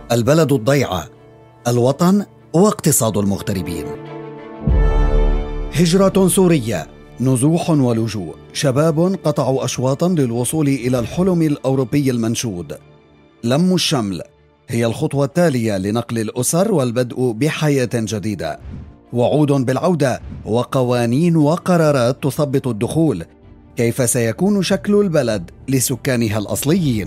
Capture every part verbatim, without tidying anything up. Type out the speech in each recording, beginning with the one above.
البلد الضيعة، الوطن واقتصاد المغتربين. هجرة سورية، نزوح ولجوء، شباب قطعوا أشواطا للوصول إلى الحلم الأوروبي المنشود. لم الشمل هي الخطوة التالية لنقل الأسر والبدء بحياة جديدة. وعود بالعودة وقوانين وقرارات تثبط الدخول. كيف سيكون شكل البلد لسكانها الأصليين؟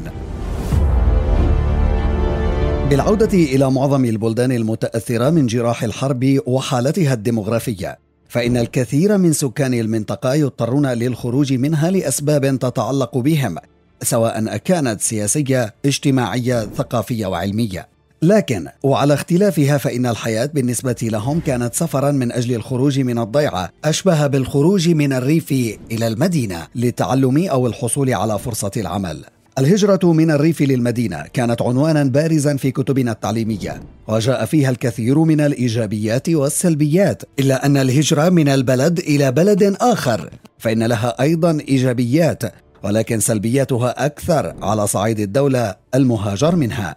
بالعودة إلى معظم البلدان المتأثرة من جراح الحرب وحالتها الديمغرافية، فإن الكثير من سكان المنطقة يضطرون للخروج منها لأسباب تتعلق بهم، سواء كانت سياسية، اجتماعية، ثقافية وعلمية. لكن وعلى اختلافها فإن الحياة بالنسبة لهم كانت سفرا من أجل الخروج من الضيعة، أشبه بالخروج من الريف إلى المدينة للتعلم أو الحصول على فرصة العمل. الهجرة من الريف للمدينة كانت عنوانا بارزا في كتبنا التعليمية، وجاء فيها الكثير من الإيجابيات والسلبيات، إلا أن الهجرة من البلد إلى بلد آخر فإن لها أيضا إيجابيات، ولكن سلبياتها أكثر على صعيد الدولة المهاجر منها.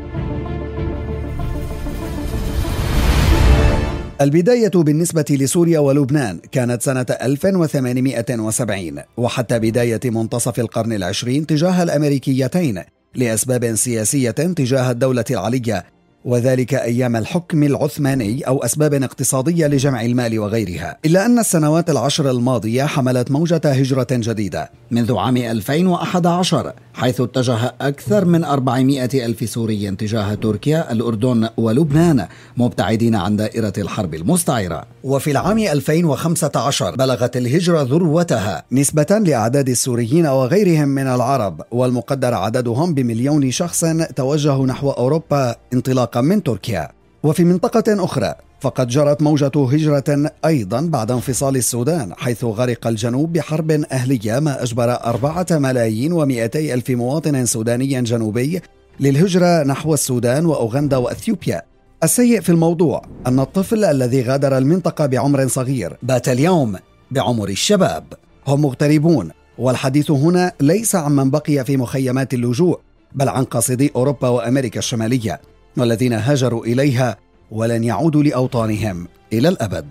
البداية بالنسبة لسوريا ولبنان كانت سنة ألف وثمانمائة وسبعين، وحتى بداية منتصف القرن العشرين تجاه الأمريكيتين لأسباب سياسية تجاه الدولة العلية، وذلك أيام الحكم العثماني أو أسباب اقتصادية لجمع المال وغيرها. إلا أن السنوات العشر الماضية حملت موجة هجرة جديدة منذ عام ألفين وأحد عشر، حيث اتجه أكثر من أربعمائة ألف سوري تجاه تركيا، الأردن ولبنان، مبتعدين عن دائرة الحرب المستعرة. وفي العام ألفين وخمسة عشر بلغت الهجرة ذروتها نسبة لأعداد السوريين وغيرهم من العرب، والمقدر عددهم بمليون شخص توجهوا نحو أوروبا انطلاقا من تركيا. وفي منطقة أخرى فقد جرت موجة هجرة أيضا بعد انفصال السودان، حيث غرق الجنوب بحرب أهلية ما أجبر أربعة ملايين ومئتي ألف مواطن سوداني جنوبي للهجرة نحو السودان وأوغندا وأثيوبيا. السيء في الموضوع أن الطفل الذي غادر المنطقة بعمر صغير بات اليوم بعمر الشباب. هم مغتربون، والحديث هنا ليس عن من بقي في مخيمات اللجوء، بل عن قاصدي أوروبا وأمريكا الشمالية، والذين هاجروا إليها ولن يعودوا لأوطانهم إلى الأبد.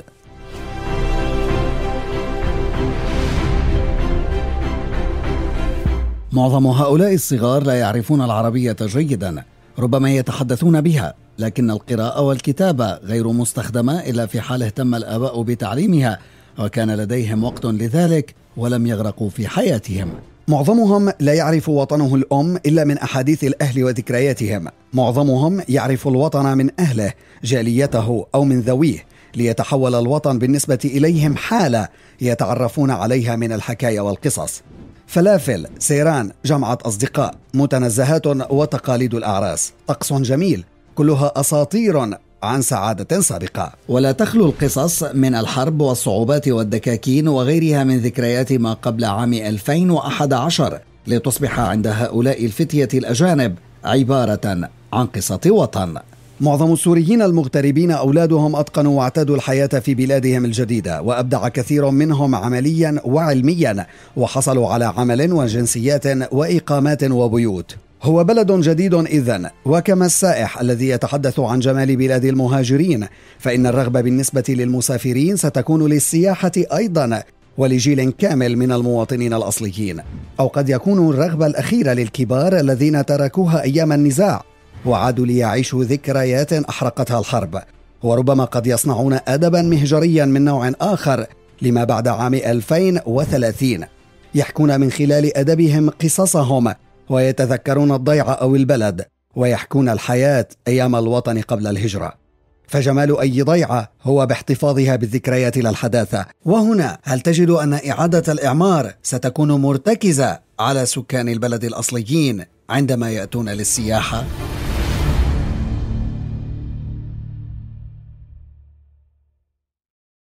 معظم هؤلاء الصغار لا يعرفون العربية جيدا، ربما يتحدثون بها، لكن القراءة والكتابة غير مستخدمة إلا في حال اهتم الآباء بتعليمها وكان لديهم وقت لذلك ولم يغرقوا في حياتهم. معظمهم لا يعرف وطنه الأم إلا من أحاديث الأهل وذكرياتهم. معظمهم يعرف الوطن من أهله، جاليته أو من ذويه، ليتحول الوطن بالنسبة إليهم حالة يتعرفون عليها من الحكاية والقصص. فلافل، سيران، جمعة أصدقاء، متنزهات وتقاليد الأعراس، طقس جميل، كلها أساطير عن سعادة سابقة. ولا تخلو القصص من الحرب والصعوبات والدكاكين وغيرها من ذكريات ما قبل عام ألفين وأحد عشر، لتصبح عند هؤلاء الفتية الأجانب عبارة عن قصة وطن. معظم السوريين المغتربين أولادهم أتقنوا واعتادوا الحياة في بلادهم الجديدة، وأبدع كثير منهم عمليا وعلميا، وحصلوا على عمل وجنسيات وإقامات وبيوت. هو بلد جديد إذن، وكما السائح الذي يتحدث عن جمال بلاد المهاجرين، فإن الرغبة بالنسبة للمسافرين ستكون للسياحة أيضا ولجيل كامل من المواطنين الأصليين، أو قد يكون الرغبة الأخيرة للكبار الذين تركوها أيام النزاع وعادوا ليعيشوا ذكريات أحرقتها الحرب، وربما قد يصنعون أدبا مهجريا من نوع آخر لما بعد عام ألفين وثلاثين، يحكون من خلال أدبهم قصصهم ويتذكرون الضيعة أو البلد، ويحكون الحياة أيام الوطن قبل الهجرة. فجمال أي ضيعة هو باحتفاظها بالذكريات للحداثة. وهنا هل تجد أن إعادة الإعمار ستكون مرتكزة على سكان البلد الأصليين عندما يأتون للسياحة؟